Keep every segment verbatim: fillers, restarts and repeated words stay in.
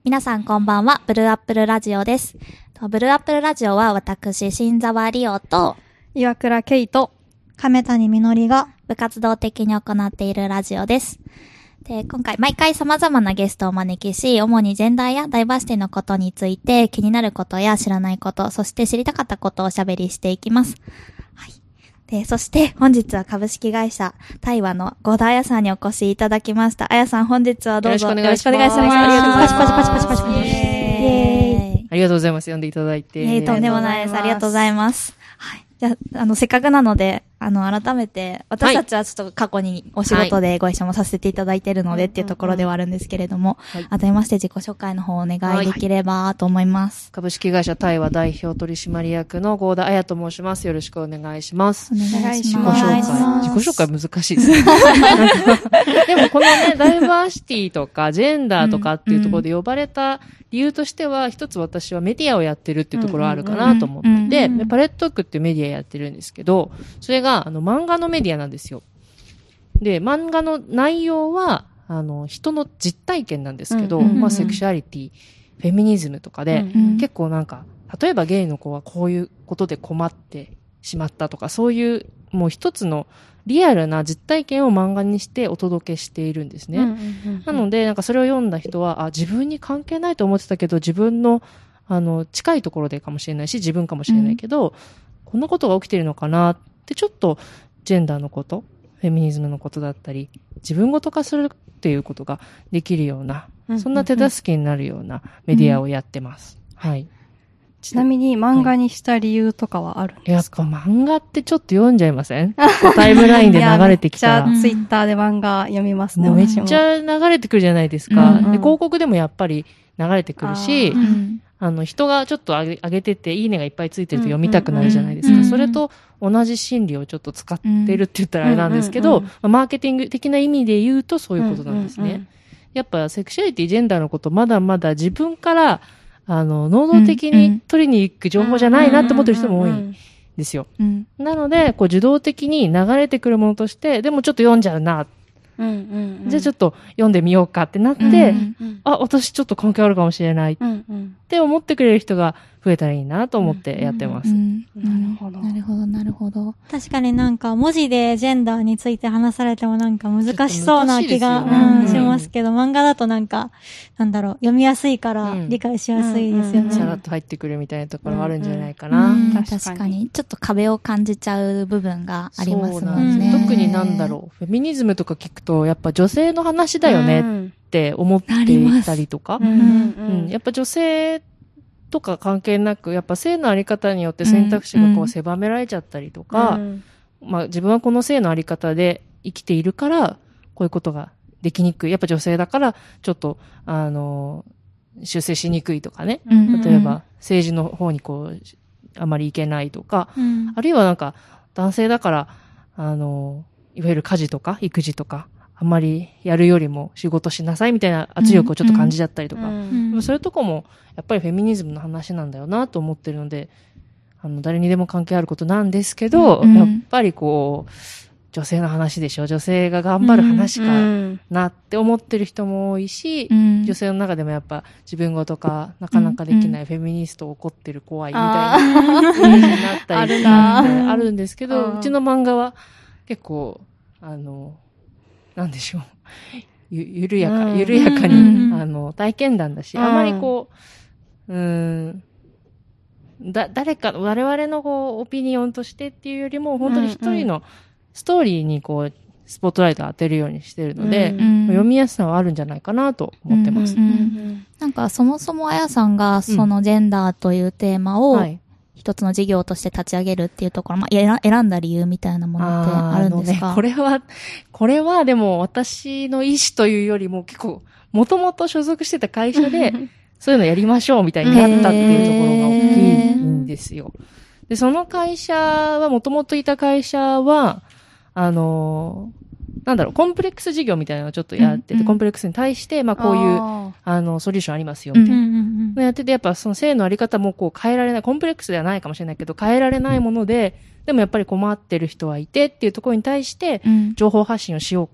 皆さんこんばんは、ブルーアップルラジオです。ブルーアップルラジオは私、新沢理央と岩倉圭と亀谷みのりが部活動的に行っているラジオです。で、今回毎回様々なゲストをお招きし、主にジェンダーやダイバーシティのことについて気になることや知らないこと、そして知りたかったことをおしゃべりしていきます。はい。で、そして本日は株式会社対話の合田彩さんにお越しいただきました。彩さん、本日はどうぞよろしくお願いします。 ありがとうございます。 パチパチパチパチパチパチ。イエーイ。 ありがとうございます。呼んでいただいて。 えー、とんでもないです。ありがとうございます。はい。じゃあ、あの、せっかくなので、あの、改めて、私たちはちょっと過去にお仕事でご一緒もさせていただいているのでっていうところではあるんですけれども、はい、改めまして自己紹介の方をお願いできればと思います。 はい、株式会社対話代表取締役の合田彩と申します。よろしくお願いします。 お願いします。 自己紹介。自己紹介難しいですね。でもこのね、ダイバーシティとかジェンダーとかっていうところで呼ばれた理由としては、一つ私はメディアをやってるっていうところあるかなと思ってて、パレットークっていうメディアやってるんですけど、それがあの漫画のメディアなんですよ。で、漫画の内容は、あの、人の実体験なんですけど、うんうんうん、まあ、セクシュアリティ、フェミニズムとかで、うんうん、結構なんか、例えばゲイの子はこういうことで困ってしまったとか、そういう、もう一つのリアルな実体験を漫画にしてお届けしているんですね。うんうんうんうん、なので、なんかそれを読んだ人は、あ、自分に関係ないと思ってたけど、自分の、あの、近いところでかもしれないし、自分かもしれないけど、うん、こんなことが起きてるのかなってちょっとジェンダーのこと、フェミニズムのことだったり、自分ごと化するっていうことができるような、うんうんうん、そんな手助けになるようなメディアをやってます。うん、はい。 ちなみに漫画にした理由とかはあるんですか？ やっぱ漫画ってちょっと読んじゃいません？タイムラインで流れてきたら。 めっちゃツイッターで漫画読みますね。 もうめっちゃ流れてくるじゃないですか。うんうん、で広告でもやっぱり流れてくるし、あ、うん、あの人がちょっと上げ、上げてていいねがいっぱいついてると読みたくなるじゃないですか。うんうんうん、それと同じ心理をちょっと使ってるって言ったらあれなんですけど、うんうんうん、マーケティング的な意味で言うとそういうことなんですね。うんうんうん、やっぱセクシュアリティ、ジェンダーのことまだまだ自分からあの、能動的に取りに行く情報じゃないなって思ってる人も多いんですよ。うんうん、なので、こう、受動的に流れてくるものとして、でもちょっと読んじゃうな。うんうんうん、じゃあちょっと読んでみようかってなって、うんうんうん、あ、私ちょっと関係あるかもしれないって思ってくれる人が増えたらいいなと思ってやってます。 うんうんうん、なるほど。なるほど、なるほど。 確かになんか文字でジェンダーについて話されてもなんか難しそうな気が、ね、うん、しますけど、漫画だとなんか、なんだろう、読みやすいから理解しやすいですよね。 さらっと入ってくるみたいなところはあるんじゃないかな。 うんうん、確かに。確かに。ちょっと壁を感じちゃう部分がありますもんね。 特になんだろう、フェミニズムとか聞くと、やっぱ女性の話だよねって思っていたりとか、うんうんうん、やっぱ女性とか関係なく、やっぱ性のあり方によって選択肢がこう狭められちゃったりとか、うんうん、まあ自分はこの性のあり方で生きているから、こういうことができにくい。やっぱ女性だから、ちょっと、あの、出世しにくいとかね。うんうん、例えば、政治の方にこう、あまりいけないとか、うん、あるいはなんか、男性だから、あの、いわゆる家事とか育児とか、あんまりやるよりも仕事しなさいみたいな圧力をちょっと感じちゃったりとか、うんうん、そういうとこもやっぱりフェミニズムの話なんだよなと思ってるので、あの誰にでも関係あることなんですけど、うん、やっぱりこう女性の話でしょ、女性が頑張る話かなって思ってる人も多いし、うん、女性の中でもやっぱ自分ごとかなかなかできないフェミニスト怒ってる怖いみたいなイメージになったりとかあるんですけど、うちの漫画は結構あのなんでしょう。ゆ、ゆるやか、ゆるやかに、うん、あの、体験談だし、うん、あまりこう、うーん、だ、誰か、我々のこう、オピニオンとしてっていうよりも、本当に一人のストーリーにこう、スポットライトを当てるようにしてるので、うん、読みやすさはあるんじゃないかなと思ってます。うんうんうん、 なんか、そもそもあやさんが、そのジェンダーというテーマを、うん、はい一つの事業として立ち上げるっていうところ、まあ、選んだ理由みたいなものってあるんですか？ あのね、これは、これはでも私の意思というよりも結構、もともと所属してた会社で、そういうのやりましょうみたいになったっていうところが大きいんですよ。で、その会社は、もともといた会社は、あの、なんだろう、コンプレックス事業みたいなのをちょっとやってて、うんうん、コンプレックスに対して、まあこういう、あ, あの、ソリューションありますよ、みたいな。うんうんうん、やってて、やっぱその性のあり方もこう変えられない、コンプレックスではないかもしれないけど、変えられないもので、でもやっぱり困ってる人はいてっていうところに対して、情報発信をしようかっ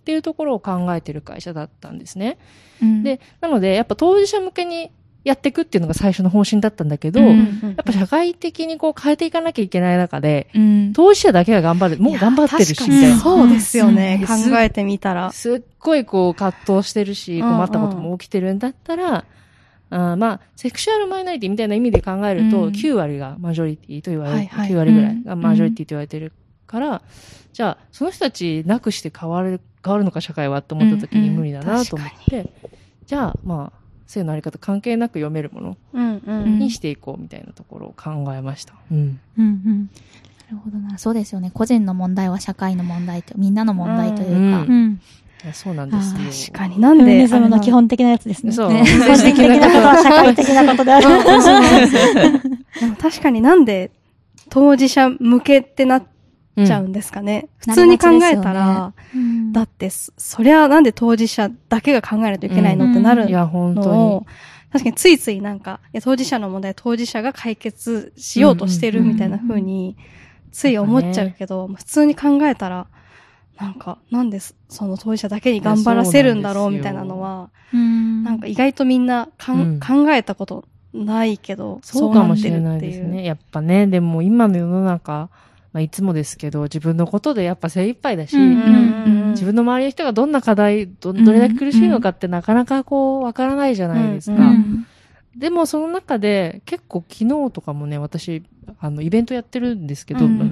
っていうところを考えてる会社だったんですね。 うん、 で、なので、やっぱ当事者向けにやっていくっていうのが最初の方針だったんだけど、 うん、 やっぱ社会的にこう変えていかなきゃいけない中で、 うん、 当事者だけが頑張る、もう頑張ってるし、みたいな。 そうですよね、考えてみたら。 すっごいこう葛藤してるし、困ったことも起きてるんだったら、あまあ、セクシュアルマイノリティみたいな意味で考えると、うん、きゅう割がマジョリティと言われる、はいはい、きゅう割ぐらいがマジョリティと言われてるから、うん、じゃあ、その人たちなくして変わる、変わるのか社会はって思った時に無理だなと思って、うんうん、じゃあ、まあ、性のあり方関係なく読めるものにしていこうみたいなところを考えました。うん。うんうん。なるほどな。そうですよね。個人の問題は社会の問題と、みんなの問題というか。うんうんいやそうなんですよ。 確かに。なんで、フェミニズムの基本的なやつですね。 そう。 個人的なことは社会的なことである。そうなんですよ。 でも確かになんで当事者向けってなっちゃうんですかね。うん、普通に考えたら、ねうん、だって、そりゃなんで当事者だけが考えないといけないのってなるのを、うん、いや本当に確かについついなんか、いや当事者の問題は当事者が解決しようとしてるみたいな風に、つい思っちゃうけど、うんうん、普通に考えたら、なんか、なんでその当事者だけに頑張らせるんだろうみたいなのは、んなんか意外とみんなかん、うん、考えたことないけど、 そうかもしれないですね。やっぱね、でも今の世の中、まあ、いつもですけど、自分のことでやっぱ精一杯だし、うんうんうん、自分の周りの人がどんな課題、ど、どれだけ苦しいのかってなかなかこう、わからないじゃないですか。うんうん、でもその中で、結構昨日とかもね、私、あの、イベントやってるんですけど、うんうん、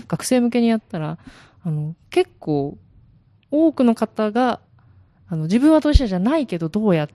学生向けにやったら、あの、結構、多くの方が、あの、自分は当事者じゃないけど、どうやって、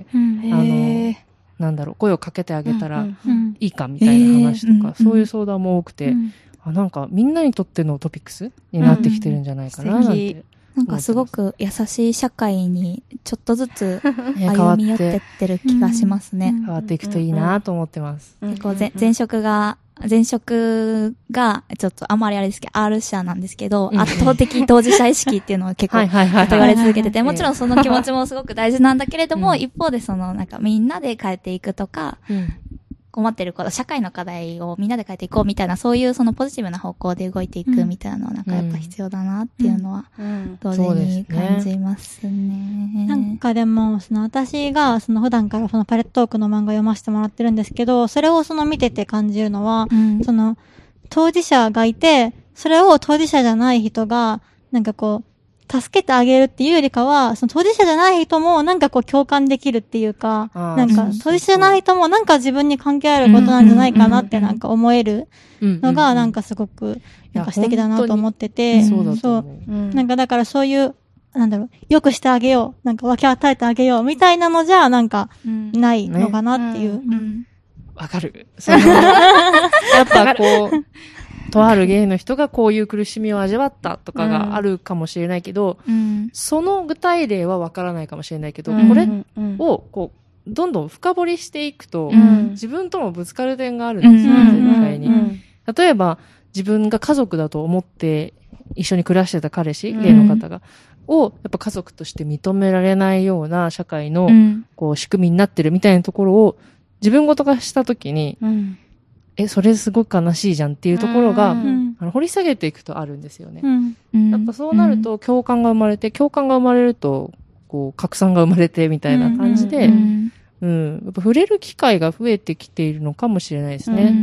うん、あの、なんだろう、声をかけてあげたらいいかみたいな話とか、そういう相談も多くて、うんあ、なんか、みんなにとってのトピックスになってきてるんじゃないかな、なんて、うん。 なんかすごく優しい社会に、ちょっとずつ歩み寄ってってる気がしますね。 変わっていくといいなと思ってます。 結構前、前職が、前職が、ちょっとあんまりあれですけど、R 社なんですけど、圧倒的当事者意識っていうのは結構、言われ続けてて、もちろんその気持ちもすごく大事なんだけれども、一方でその、なんかみんなで変えていくとか、困ってること、社会の課題をみんなで変えていこうみたいな、そういうそのポジティブな方向で動いていくみたいなのは、なんかやっぱ必要だなっていうのは、同時に感じますね。 なんかでも、その私が、その普段からそのパレットトークの漫画読ませてもらってるんですけど、それをその見てて感じるのは、うん、その、当事者がいて、それを当事者じゃない人が、なんかこう、助けてあげるっていうよりかは、その当事者じゃない人もなんかこう共感できるっていうか、なんか当事者じゃない人もなんか自分に関係あることなんじゃないかなってなんか思えるのがなんかすごくなんか素敵だなと思ってて、 そうそう。なんかだからそういう、なんだろう、良くしてあげよう、なんか分け与えてあげようみたいなのじゃなんかないのかなっていう。 わかる。やっぱこう、とあるゲイの人がこういう苦しみを味わったとかがあるかもしれないけど、うん、その具体例はわからないかもしれないけど、うん、これをこうどんどん深掘りしていくと、うん、自分ともぶつかる点があるんですよ、うん、絶対に、うん。例えば自分が家族だと思って一緒に暮らしてた彼氏、ゲイの方が、をやっぱ家族として認められないような社会のこう仕組みになってるみたいなところを自分ごと化したときに、うんえ、それすごく悲しいじゃんっていうところが、うん、あの掘り下げていくとあるんですよね。うん、やっぱそうなると共感が生まれて、共感が生まれると、こう、拡散が生まれてみたいな感じで、うん、うん、やっぱ触れる機会が増えてきているのかもしれないですね。うんうん、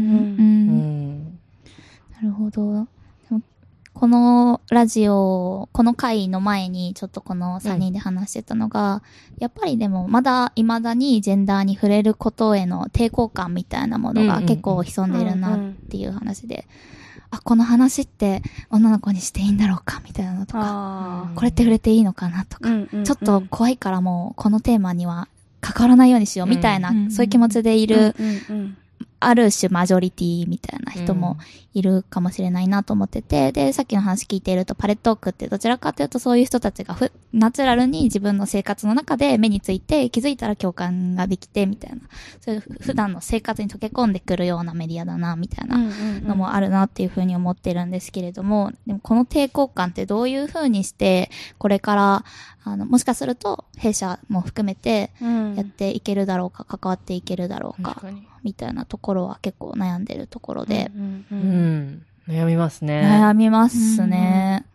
なるほど。このラジオ、この回の前にちょっとこのさんにんで話してたのが、うん、やっぱりでもまだ未だにジェンダーに触れることへの抵抗感みたいなものが結構潜んでいるなっていう話で、あ、この話って女の子にしていいんだろうかみたいなのとか、これって触れていいのかなとか、うんうんうん、ちょっと怖いからもうこのテーマには関わらないようにしようみたいな、うんうんうん、そういう気持ちでいる、うんうんうんある種マジョリティみたいな人もいるかもしれないなと思ってて、うん、で、さっきの話聞いているとパレットークってどちらかというとそういう人たちがふナチュラルに自分の生活の中で目について気づいたら共感ができてみたいな、そういう普段の生活に溶け込んでくるようなメディアだなみたいなのもあるなっていうふうに思ってるんですけれども、でもこの抵抗感ってどういうふうにしてこれからあのもしかすると弊社も含めてやっていけるだろうか、関わっていけるだろうかみたいなところは結構悩んでるところで、 うんうんうん、悩みますね。 悩みますね。 や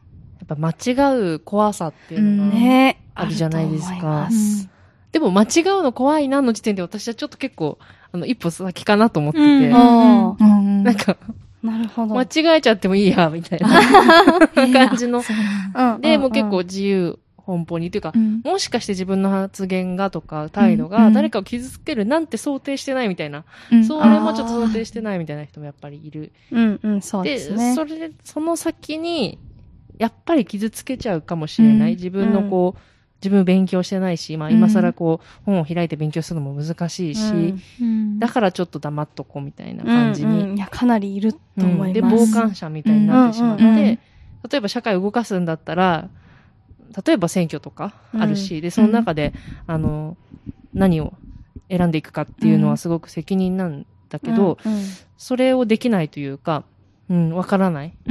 ぱ間違う怖さっていうのがあるじゃないですか。でも間違うの怖いなの時点で私はちょっと結構、あの、一歩先かなと思ってて。うんうんうん、なんか、 なるほど。 間違えちゃってもいいや、みたいな感じの。で、もう結構自由奔放にというか、うん、もしかして自分の発言がとか態度が誰かを傷つけるなんて想定してないみたいな。うん、それもちょっと想定してないみたいな人もやっぱりいる。 うんうん、そうですね。 で、それで、その先に、やっぱり傷つけちゃうかもしれない。うん、自分のこう、自分勉強してないし、まあ今更こう、本を開いて勉強するのも難しいし、うん、だからちょっと黙っとこうみたいな感じに。 うんうん、いや、かなりいると思います。うん、 で、傍観者みたいになってしまって、うんうんうん、例えば社会を動かすんだったら、例えば選挙とかあるし、うん、で、その中で、うん、あの、何を選んでいくかっていうのはすごく責任なんだけど、うんうん、それをできないというか、うん、わからない、うん。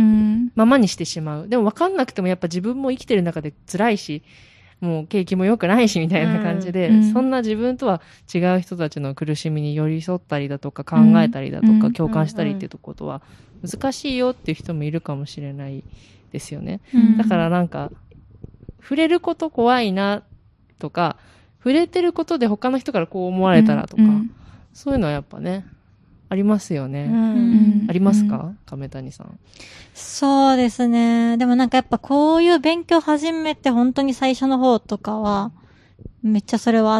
ままにしてしまう。でもわかんなくてもやっぱ自分も生きてる中で辛いし、もう景気も良くないしみたいな感じで、うん、そんな自分とは違う人たちの苦しみに寄り添ったりだとか考えたりだとか、うん、共感したりっていうことは難しいよっていう人もいるかもしれないですよね。うん、だからなんか、触れること怖いなとか、触れてることで他の人からこう思われたらとか、うん、そういうのはやっぱね、ありますよね。うん、ありますか、うん、亀谷さん。 そうですね。でもなんかやっぱこういう勉強始めて本当に最初の方とかは、めっちゃそれはあって、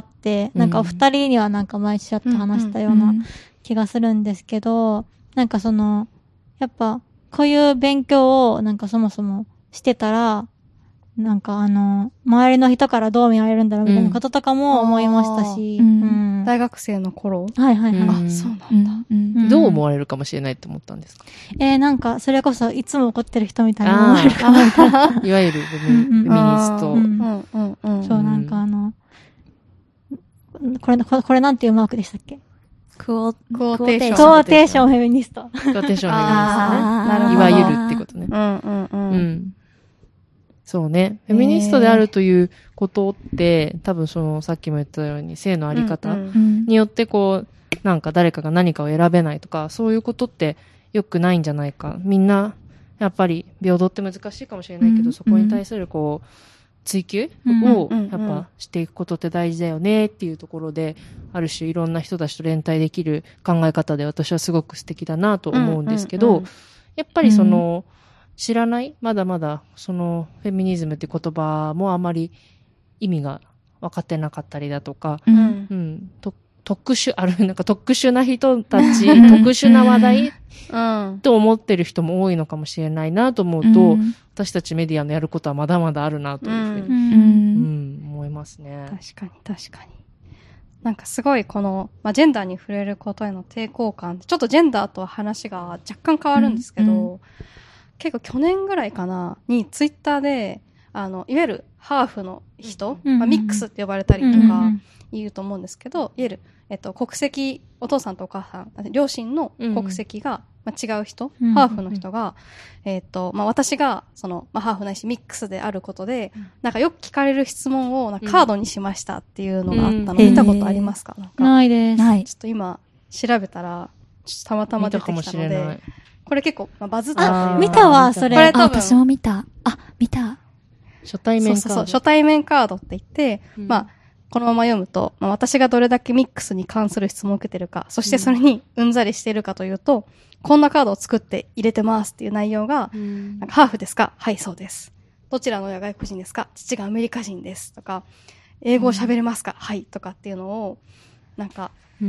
なんかお二人にはなんか前ちらっと話したような気がするんですけど、なんかその、やっぱこういう勉強をなんかそもそもしてたら、なんかあの、周りの人からどう見られるんだろうみたいなこととかも思いましたし、 うんうん、大学生の頃はいはいはい。 あ、そうなんだ、 うん。どう思われるかもしれないって思ったんですか？ えー、なんか、それこそいつも怒ってる人みたいな思われるかもみたいな。 いわゆるフェミ、フェミニスト。うんうんうん、そう、なんかあの、これ、これなんていうマークでしたっけ？ クオ、クオテーション。 クオテーションフェミニスト。クオテーションフェミニストね。なるほど。いわゆるってことね。 うんうんうん。うんそうね。フェミニストであるということって、多分その、さっきも言ったように、性のあり方によってこう、なんか誰かが何かを選べないとか、そういうことって良くないんじゃないか。みんな、やっぱり平等って難しいかもしれないけど、うん、そこに対するこう、追求を、やっぱしていくことって大事だよねっていうところで、ある種いろんな人たちと連帯できる考え方で私はすごく素敵だなと思うんですけど、やっぱりその、うん知らないまだまだ、その、フェミニズムって言葉もあまり意味が分かってなかったりだとか、うん。うん、と特殊、ある、なんか特殊な人たち、特殊な話題、うん、と思ってる人も多いのかもしれないなと思うと、うん、私たちメディアのやることはまだまだあるなというふうに、うんうん、思いますね。 確かに確かに。なんかすごいこの、まあ、ジェンダーに触れることへの抵抗感、ちょっとジェンダーとは話が若干変わるんですけど、うんうん結構去年ぐらいかなにツイッターであのいわゆるハーフの人、うんうんまあ、ミックスって呼ばれたりとか言うと思うんですけど、うんうん、いわゆる、えっと、国籍お父さんとお母さん両親の国籍が、まあ、違う人、うんうん、ハーフの人が、えっとまあ、私がその、まあ、ハーフないしミックスであることで、うん、なんかよく聞かれる質問をなんかカードにしましたっていうのがあったの、うん、見たことありますか？なんかないです。 ちょっと今調べたらちょっとたまたま出てきたのでこれ結構、まあ、バズったというか。 あ、見たわ、それ。 これ多分。私も見た。あ、見た。 初対面カード。そうそうそう、 初対面カードって言って、うん、まあ、このまま読むと、まあ、私がどれだけミックスに関する質問を受けてるか、そしてそれにうんざりしているかというと、うん、こんなカードを作って入れてますっていう内容が、うん、なんかハーフですか？はい、そうです。どちらの親外国人ですか？父がアメリカ人です。とか、英語を喋れますか？うん、はい、とかっていうのを、なんか、うん、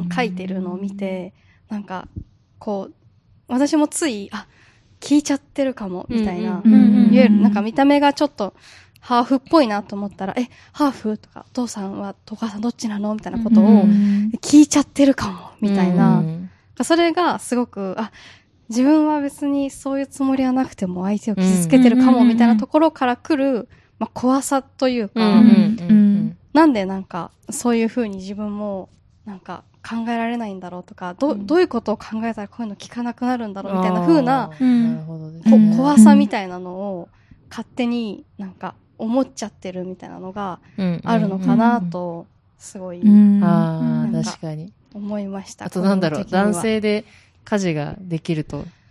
書いてるのを見て、なんか、こう、私もつい、あ、聞いちゃってるかも、みたいな。いわゆる、なんか見た目がちょっと、ハーフっぽいなと思ったら、え、ハーフとか、お父さんは、お母さんどっちなのみたいなことを、聞いちゃってるかも、みたいな。それがすごく、あ、自分は別にそういうつもりはなくても相手を傷つけてるかも、みたいなところから来る、まあ、怖さというか、なんでなんか、そういうふうに自分も、なんか、考えられないんだろうとか、ど、うん、どういうことを考えたらこういうの聞かなくなるんだろうみたいな風な、こ怖さみたいなのを勝手になんか思っちゃってるみたいなのがあるのかなと、すごい、 ああ、確かに。 思いました。 あとなんだろう、男性で家事ができると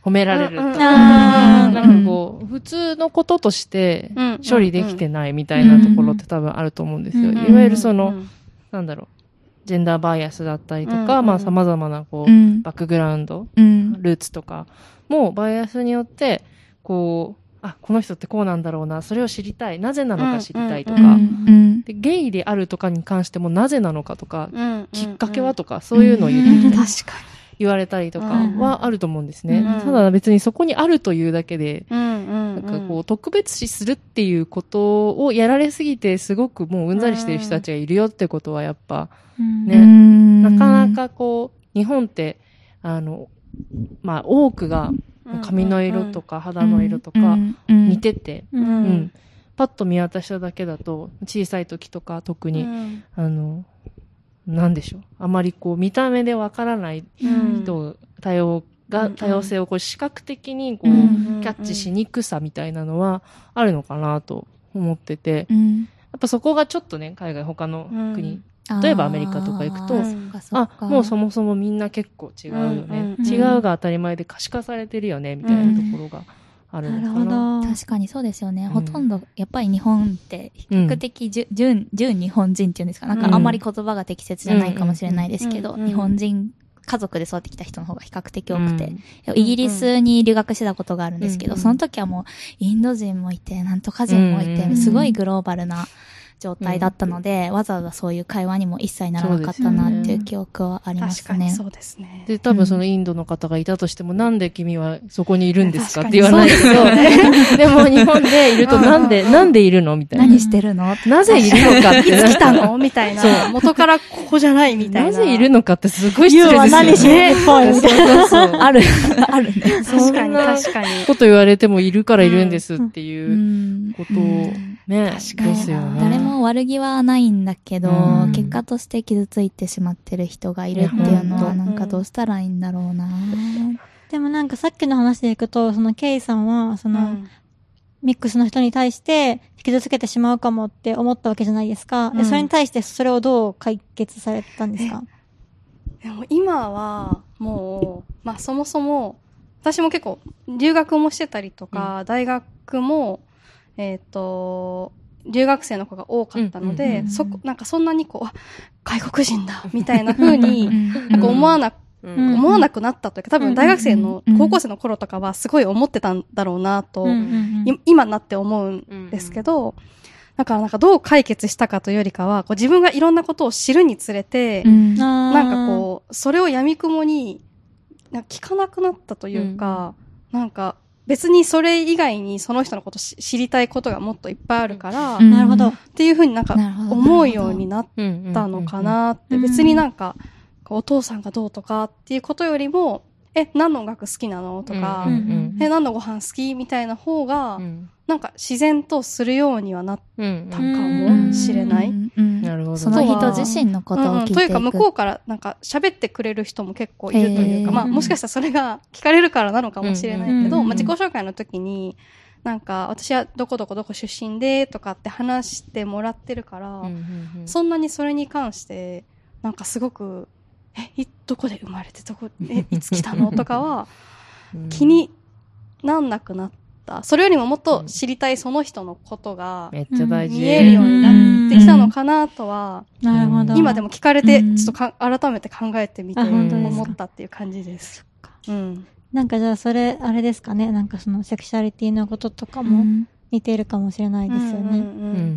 褒められると。 うんうん、 なんかこう、普通のこととして処理できてないみたいなところって多分あると思うんですよ。いわゆるその、なんだろう、ジェンダーバイアスだったりとか、うん、まあ様々なこう、うん、バックグラウンド、うん、ルーツとかもバイアスによって、こう、あ、この人ってこうなんだろうな、それを知りたい、なぜなのか知りたいとか、うん、でゲイであるとかに関してもなぜなのかとか、うん、きっかけはとか、そういうのを言ってきたり、確かに言われたりとかはあると思うんですね。うん、ただ別にそこにあるというだけで、うん、なんかこう特別視するっていうことをやられすぎてすごくもううんざりしてる人たちがいるよってことはやっぱね、うん、なかなかこう日本ってあのまあ多くが髪の色とか肌の色とか似てて、うんうん、パッと見渡しただけだと小さい時とか特に、うん、あのなんでしょう。あまりこう見た目でわからない人、うん、多様が、多様性をこう視覚的にこう、うん、キャッチしにくさみたいなのはあるのかなと思ってて、うん、やっぱそこがちょっとね、海外他の国、うん、例えばアメリカとか行くと、あ、もうそもそもみんな結構違うよね。うんうん、違うが当たり前で可視化されてるよね、みたいなところが。あるのかな。 な確かにそうですよね。うん、ほとんど、やっぱり日本って比較的じゅ、うん、純、純日本人っていうんですか、なんかあんまり言葉が適切じゃないかもしれないですけど、うん、日本人、家族で育ってきた人の方が比較的多くて、うん、イギリスに留学してたことがあるんですけど、うん、その時はもうインド人もいて、なんとか人もいて、うん、すごいグローバルな状態だったので、うん、わざわざそういう会話にも一切ならなかったなっていう記憶はありますね。 確かにそうですね。 で、多分そのインドの方がいたとしても、うん、なんで君はそこにいるんですかって言わないけど、ね、でも日本でいるとなんで、なんでいるのみたいな。 何してるのなぜいるのかって。 いつ来たのみたいな。そう。元からここじゃないみたいな。 なぜいるのかってすごい失礼ですよね。 言うは何しにっぽいみたいな。 そうそう。ある、あるね。 確かに確かに。 こと言われてもいるからいるんですっていうことをね、 確かにですよね。 誰も悪気はないんだけど、うん、結果として傷ついてしまってる人がいるっていうのはなんかどうしたらいいんだろうな、うん、 でもなんかさっきの話でいくと、そのケイさんは、その、うん、ミックスの人に対して傷つけてしまうかもって思ったわけじゃないですか。うん、でそれに対してそれをどう解決されたんですか？ でも今はもう、まあそもそも、私も結構留学もしてたりとか、うん、大学も、えっと、留学生の子が多かったので、うんうんうん、そこ、なんかそんなにこう、あ、外国人だ、みたいな風に、なんか思わな、うん、思わなくなったというか、多分大学生の、高校生の頃とかはすごい思ってたんだろうなと、うんうん、今になって思うんですけど、うんうん、だからなんかどう解決したかというよりかは、こう自分がいろんなことを知るにつれて、うん、なんかこう、それを闇雲に、なんか聞かなくなったというか、うん、なんか、別にそれ以外にその人のこと知りたいことがもっといっぱいあるから、 うん、なるほど。 っていうふうになんか思うようになったのかなって、別になんか、お父さんがどうとかっていうことよりも、え、何の音楽好きなのとか、うんうんうん、え、何のご飯好きみたいな方が、うん、なんか自然とするようにはなったかもしれない。 うんうんうん、なるほど。その人自身のことを聞いていく、うんうん、 というか向こうからなんか喋ってくれる人も結構いるというか、まあもしかしたらそれが聞かれるからなのかもしれないけど、うんうん、まあ自己紹介の時に、なんか私はどこどこどこ出身でとかって話してもらってるから、うんうんうん、そんなにそれに関してなんかすごくえ、どこで生まれてどこ、え、いつ来たのとかは気になんなくなった。それよりももっと知りたいその人のことが見えるようになってきたのかなとは、なるほど。今でも聞かれて、ちょっとか改めて考えてみて思ったっていう感じです。 うん。なんかじゃあそれ、あれですかね、なんかそのセクシャリティのこととかも似ているかもしれないですよね。うんうんうん、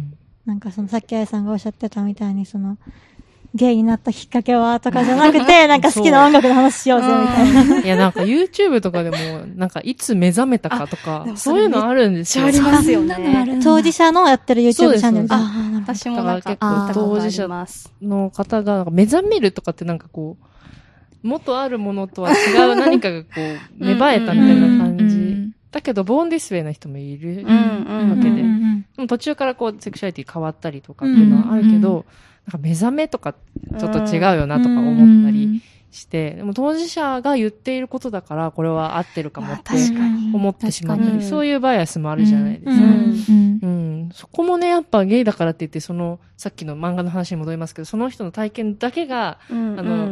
なんかそのさっきあやさんがおっしゃってたみたいにその、ゲイになったきっかけはとかじゃなくて、なんか好きな音楽の話しようぜ、みたいな。 いや、なんか YouTube とかでも、なんかいつ目覚めたかとか、そういうのあるんですよ。 ありますよね。 当事者のやってる YouTube チャンネル。 あ、私もなんか結構当事者の方が目覚めるとかってなんかこう、元あるものとは違う何かがこう、芽生えたみたいな感じ。だけど、ボーンディスウェイな人もいるわけで。でも途中からこう、セクシャリティ変わったりとかっていうのはあるけど、なんか目覚めとかちょっと違うよなとか思ったりして、でも当事者が言っていることだからこれは合ってるかもって思ってしまったり、そういうバイアスもあるじゃないですか。うんうんうん、そこもね、やっぱゲイだからって言って、その、さっきの漫画の話に戻りますけど、その人の体験だけが、うんうん、あの、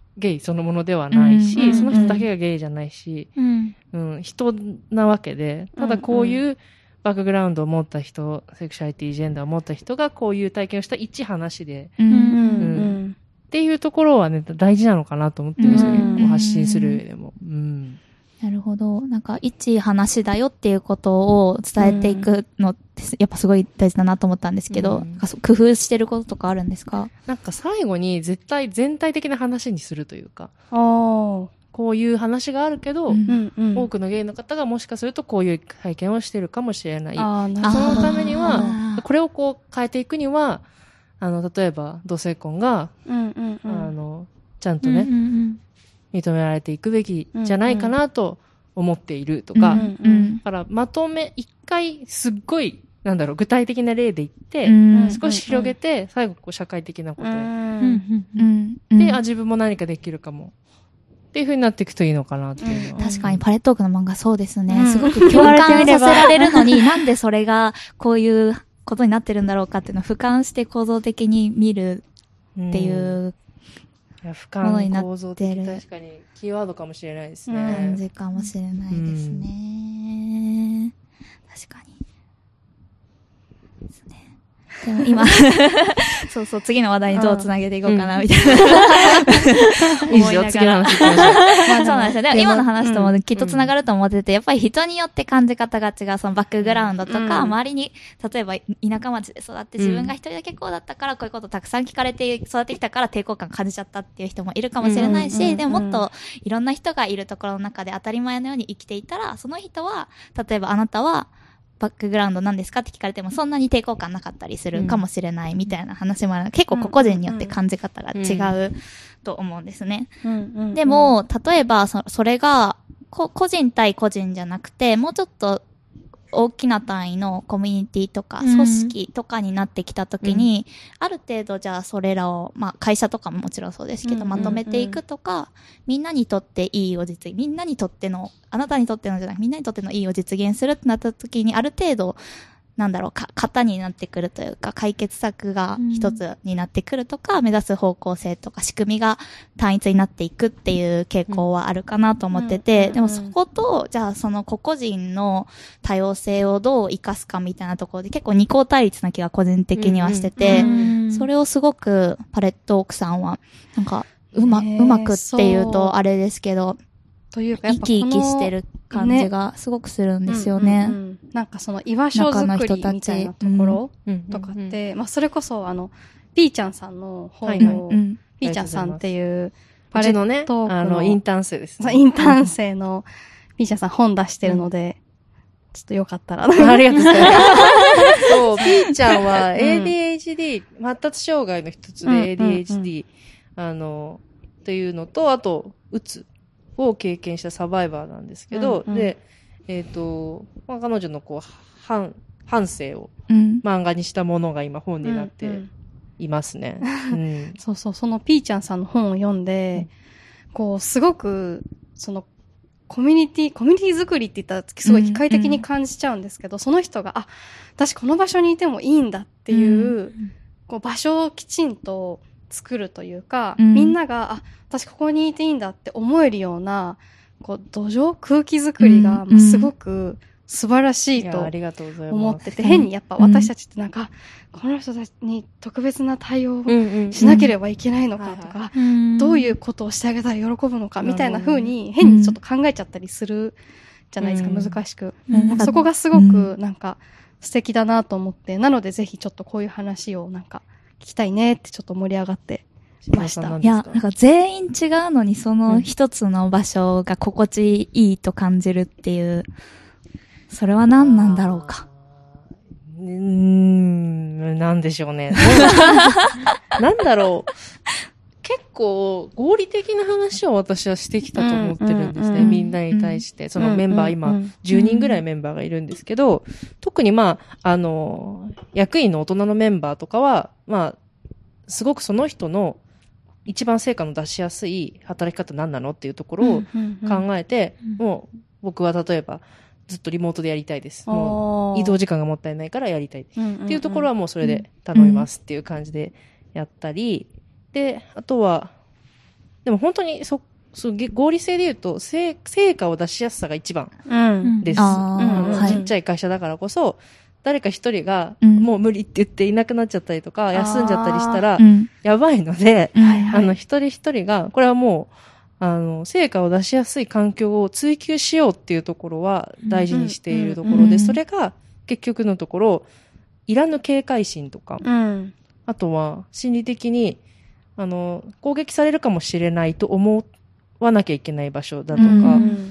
ゲイそのものではないし、 うんうんうん、 その人だけがゲイじゃないし、 うんうん、人なわけで、ただこういうバックグラウンドを持った人、セクシャリティ、ジェンダーを持った人がこういう体験をした一話で、 うんうんうんうんっていうところはね、大事なのかなと思ってるんですよ、 うんこう発信する上でも。うん、 なるほど。なんか、一話だよっていうことを伝えていくのって、やっぱすごい大事だなと思ったんですけど、 うん、 なんか工夫してることとかあるんですか？ なんか最後に絶対全体的な話にするというか、 あこういう話があるけど、 うんうん、 多くのゲイの方がもしかするとこういう体験をしてるかもしれない。 あなそのためには、 あこれをこう変えていくには、あの、例えば同性婚が、 うんうんうん、 あの、ちゃんとね、 うんうん認められていくべきじゃないかなと思っているとか、 うんうんだからまとめ、一回すっごい、なんだろう、具体的な例で言って、 うん少し広げて、最後こう社会的なことへ、 うんうんうんうんで、あ、自分も何かできるかも。っていう風になっていくといいのかなっていうのは。 確かにパレットークの漫画そうですね。 うんすごく共感させられるのに、なんでそれがこういうことになってるんだろうかっていうのを俯瞰して構造的に見るっていう、 いや、俯瞰構造的、確かにキーワードかもしれないですね。 感じかもしれないですね。確かに。ですね。でも今、そうそう、次の話題にどう繋げていこうかな、みたいな。 いいですよ、次の話行きましょう。 まあそうなんですよ。でも今の話ともきっと繋がると思ってて、やっぱり人によって感じ方が違う、そのバックグラウンドとか、 うん、 周りに、例えば田舎町で育って自分が一人だけこうだったから、こういうことたくさん聞かれて育ってきたから抵抗感感じちゃったっていう人もいるかもしれないし、でももっといろんな人がいるところの中で当たり前のように生きていたら、その人は、例えばあなたは、バックグラウンドなんですかって聞かれてもそんなに抵抗感なかったりするかもしれないみたいな話もある。結構個々人によって感じ方が違うと思うんですね。でも、例えばそ、それがこ、個人対個人じゃなくて、もうちょっと大きな単位のコミュニティとか組織とかになってきたときに、うん、ある程度じゃあそれらを、まあ会社とかももちろんそうですけど、うんうんうん、まとめていくとか、みんなにとっていいを実現、みんなにとっての、あなたにとってのじゃなくみんなにとってのいいを実現するってなったときに、ある程度、なんだろう、か、型になってくるというか、解決策が一つになってくるとか、うん、目指す方向性とか、仕組みが単一になっていくっていう傾向はあるかなと思ってて、うん、でもそこと、じゃあその個々人の多様性をどう活かすかみたいなところで結構二項対立な気が個人的にはしてて、うんうん、それをすごくパレットオークさんは、なんか、うま、うまくっていうとあれですけど、 というかやっぱ生き生きしてる感じがすごくするんですよね。 うんうんうん、なんかその居場所作りみたいなところとかって、うん、まあそれこそあの、ピーちゃんさんの本を、はいはいうん、ピーちゃんさんっていうパレットークの、ね、あの、インターン生ですね。 インターン生のピーちゃんさん本出してるので、うん、ちょっとよかったら。 ありがとうございます。そう、ピーちゃんは エーディーエイチディー、うん、発達障害の一つで エーディーエイチディー、うんうんうん、あの、っていうのと、あと、うつ。を経験したサバイバーなんですけど、うんうん、で、えっ、ー、と、まあ、彼女のこう、反、反省を漫画にしたものが今本になっていますね。うんうん、 そうそう、そのピーちゃんさんの本を読んで、うん、こう、すごく、その、コミュニティ、コミュニティ作りって言ったらすごい機械的に感じちゃうんですけど、うんうん、その人が、あ、私この場所にいてもいいんだっていう、うん、こう場所をきちんと作るというか、うん、みんなが、あ、私ここにいていいんだって思えるような、こう、土壌空気作りが、まあ、すごく素晴らしいと思ってて、変にやっぱ私たちってなんか、この人たちに特別な対応をしなければいけないのかとか、どういうことをしてあげたら喜ぶのかみたいな風に変にちょっと考えちゃったりするじゃないですか、難しく。そこがすごくなんか素敵だなと思って、なのでぜひちょっとこういう話をなんか聞きたいねってちょっと盛り上がってました。 いや、なんか全員違うのにその一つの場所が心地いいと感じるっていう、それは何なんだろうか。 うーん、なんでしょうね。なんだろう。結構合理的な話を私はしてきたと思ってるんですね。うんうんうん、みんなに対して。そのメンバー、今じゅうにんぐらいメンバーがいるんですけど、特にまあ、あの、役員の大人のメンバーとかは、まあ、すごくその人の一番成果の出しやすい働き方何なのっていうところを考えて、うんうんうん、もう僕は例えばずっとリモートでやりたいです。もう移動時間がもったいないからやりたい。うんうんうん、っていうところはもうそれで頼みますっていう感じでやったり、で、あとは、 でも本当にそ、そう合理性で言うと、成果を出しやすさが一番です。うんうんはい、ちっちゃい会社だからこそ、誰か一人が、もう無理って言っていなくなっちゃったりとか、うん、休んじゃったりしたら、やばいので、うん、あの、一人一人が、これはもう、あの、成果を出しやすい環境を追求しようっていうところは大事にしているところで、それが結局のところ、いらぬ警戒心とか、うん、あとは心理的に、あの、攻撃されるかもしれないと思わなきゃいけない場所だとか、うん、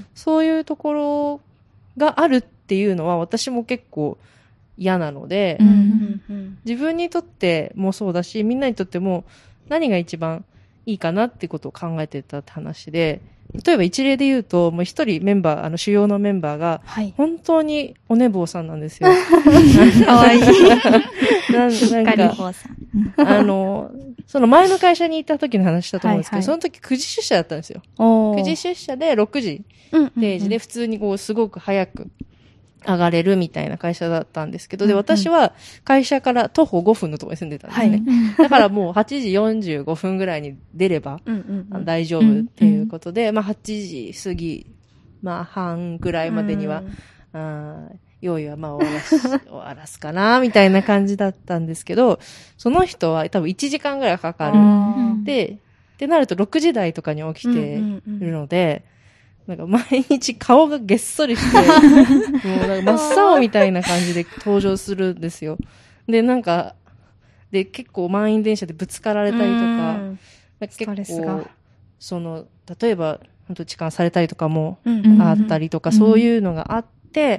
そういうところがあるっていうのは私も結構嫌なので、うんうん、自分にとってもそうだし、みんなにとっても何が一番いいかなってことを考えてたって話で、例えば一例で言うと、もう一人メンバー、あの主要のメンバーが、本当にお寝坊さんなんですよ。かわいい。なんか、あの、その前の会社にいた時の話だと思うんですけど、はいはい、その時くじ出社だったんですよ。くじ出社でろくじ定時で普通にこうすごく早く上がれるみたいな会社だったんですけど、で、私は会社から徒歩ごふんのところに住んでたんですね。はい、だからもうはちじよんじゅうごふんぐらいに出れば大丈夫っていうことで、まあはちじ過ぎ、まあ半ぐらいまでには、あ用意はまあ終わらす、終わらすかな、みたいな感じだったんですけど、その人は多分いちじかんぐらいかかる。で、ってなるとろくじ台とかに起きてるので、なんか毎日顔がげっそりして、もうなんか真っ青みたいな感じで登場するんですよ。で、なんか、で、結構満員電車でぶつかられたりとか、なんか結構、その、例えば、本当痴漢されたりとかもあったりとか、そういうのがあって、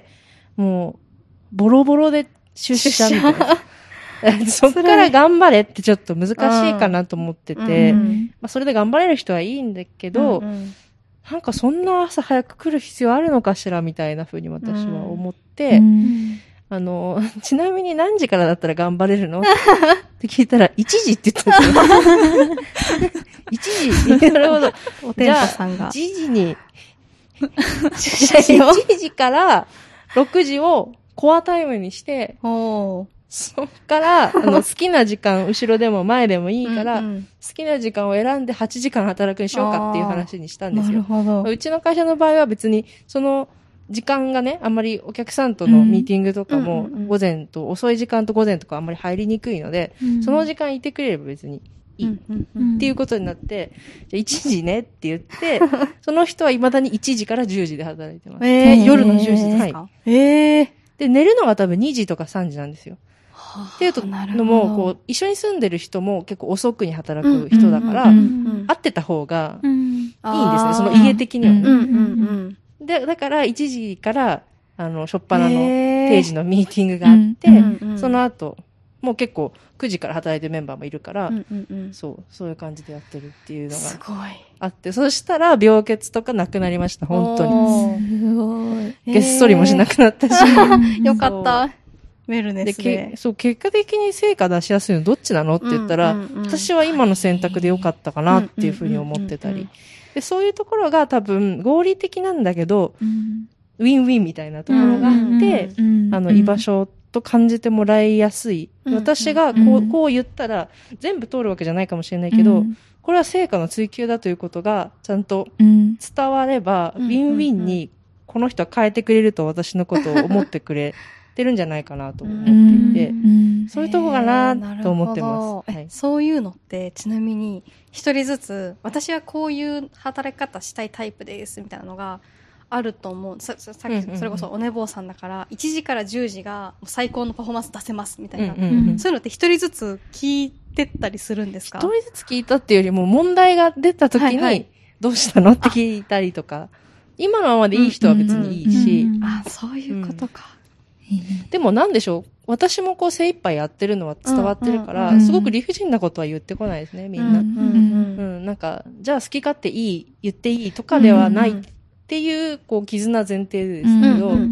もう、ボロボロで出社みたいな。そっから頑張れってちょっと難しいかなと思ってて、まあそれで頑張れる人はいいんだけど、うんうん、なんかそんな朝早く来る必要あるのかしらみたいな風に私は思って、うん、あの、ちなみに何時からだったら頑張れるのって聞いたらいちじって言ったんですよ。いちじなるほど。 お天道さんが。 いちじに、いちじからろくじをコアタイムにして、そっから、あの、好きな時間、後ろでも前でもいいから、うんうん、好きな時間を選んではちじかん働くにしようかっていう話にしたんですよ。なるほど。うちの会社の場合は別に、その時間がね、あんまりお客さんとのミーティングとかも、午前と、遅い時間と午前とかあんまり入りにくいので、うん、その時間いてくれれば別にいい。うんうん、っていうことになって、じゃあいちじねって言って、その人は未だにいちじからじゅうじで働いてます。 えー、夜のじゅうじですか？はい。 えー。で、寝るのが多分にじとかさんじなんですよ。っていうのも、こう、一緒に住んでる人も結構遅くに働く人だから、会ってた方がいいんですね、その家的にはね。で、だからいちじから、あの、しょっぱなの定時のミーティングがあって、その後、もう結構くじから働いてるメンバーもいるから、そう、そういう感じでやってるっていうのがあって、そしたら病欠とかなくなりました、本当に。すごい。げっそりもしなくなったし。 よかった。ウェルネスで。 で、そう、結果的に成果出しやすいのどっちなのって言ったら、うんうんうん、私は今の選択でよかったかなっていうふうに思ってたり。で、そういうところが多分合理的なんだけど、うん、ウィンウィンみたいなところがあって、うんうん、あの、居場所と感じてもらいやすい。うん、私がこう、こう言ったら、全部通るわけじゃないかもしれないけど、うん、これは成果の追求だということがちゃんと伝われば、うん、ウィンウィンにこの人は変えてくれると私のことを思ってくれてるんじゃないかなと思っていて、うん、そういうとこかなと思ってます。はい、 そういうのってちなみに一人ずつ私はこういう働き方したいタイプですみたいなのがあると思う。さ, さっきそれこそお寝坊さんだからいちじからじゅうじが最高のパフォーマンス出せますみたいな、うんうんうん、そういうのって一人ずつ聞いてったりするんですか？ 一人ずつ聞いたっていうよりも問題が出た時にどうしたのって聞いたりとか、今のままでいい人は別にいいし、 うんうんうん、あ、そういうことか。 うん、でもなんでしょう、私もこう精一杯やってるのは伝わってるから、うんうんうん、すごく理不尽なことは言ってこないですね、みんな。うんうんうんうん、なんか、じゃあ好き勝手いい、言っていいとかではないっていう、こう、絆前提ですけど、うんうんうん、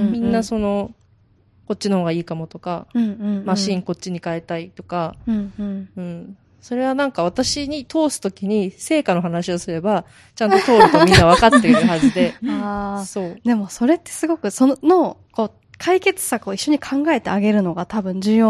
みんなその、こっちの方がいいかもとか、うんうんうん、マシンこっちに変えたいとか、うんうんうん、それはなんか私に通すときに成果の話をすれば、ちゃんと通るとみんな分かっているはずで。 あそう。でもそれってすごく、その、こう、解決策を一緒に考えてあげるのが多分重要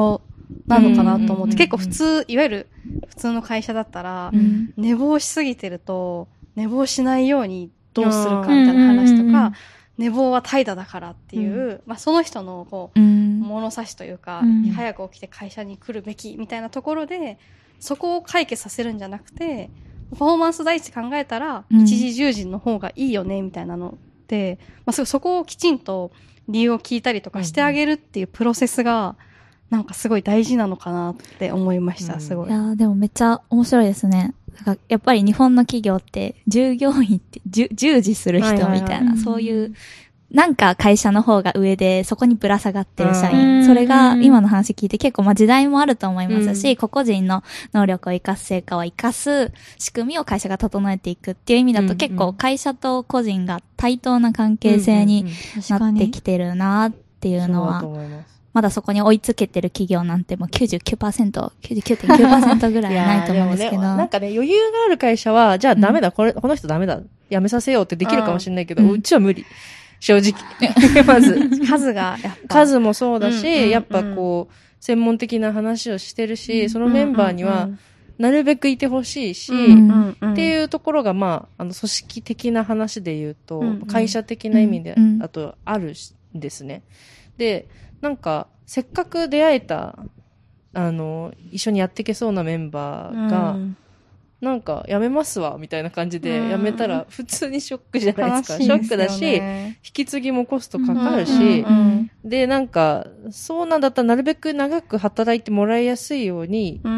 なのかなと思って、結構普通、いわゆる普通の会社だったら、うん、寝坊しすぎてると、寝坊しないようにどうするかみたいな話とか、寝坊は怠惰だからっていう、うん、まあその人のこう、うん、物差しというか、うん、早く起きて会社に来るべきみたいなところで、そこを解決させるんじゃなくて、パフォーマンス第一考えたら、うん、いちじじゅうじの方がいいよねみたいなので、まあそこをきちんと理由を聞いたりとかしてあげるっていうプロセスが、なんかすごい大事なのかなって思いました、すごい。 いやでもめっちゃ面白いですね。なんかやっぱり日本の企業って従業員って従事する人みたいな、はいはいはい、そういうなんか会社の方が上でそこにぶら下がってる社員、それが今の話聞いて結構まあ時代もあると思いますし、個々人の能力を生かす成果を生かす仕組みを会社が整えていくっていう意味だと結構会社と個人が対等な関係性になってきてるなっていうのは、まだそこに追いつけてる企業なんてもう きゅうじゅうきゅうパーセント、きゅうじゅうきゅうてんきゅうパーセント ぐらいないと思うんですけど。 ね、なんかね、余裕がある会社は、じゃあダメだ、うん、これ、この人ダメだ、やめさせようってできるかもしれないけど、うん、うちは無理。正直。まず。 数が、やっぱ。 数もそうだし、うんうんうん、やっぱこう、専門的な話をしてるし、そのメンバーには、なるべくいてほしいし、うんうんうん、っていうところが、まあ、あの、組織的な話で言うと、うんうん、会社的な意味で、うんうん、あと、あるんですね。で、なんか、せっかく出会えた、あの、一緒にやっていけそうなメンバーが、うん、なんか、辞めますわ、みたいな感じで、辞めたら、普通にショックじゃないですか。ショックだし、引き継ぎもコストかかるし、うんうんうん、で、なんか、そうなんだったらなるべく長く働いてもらいやすいように、うん、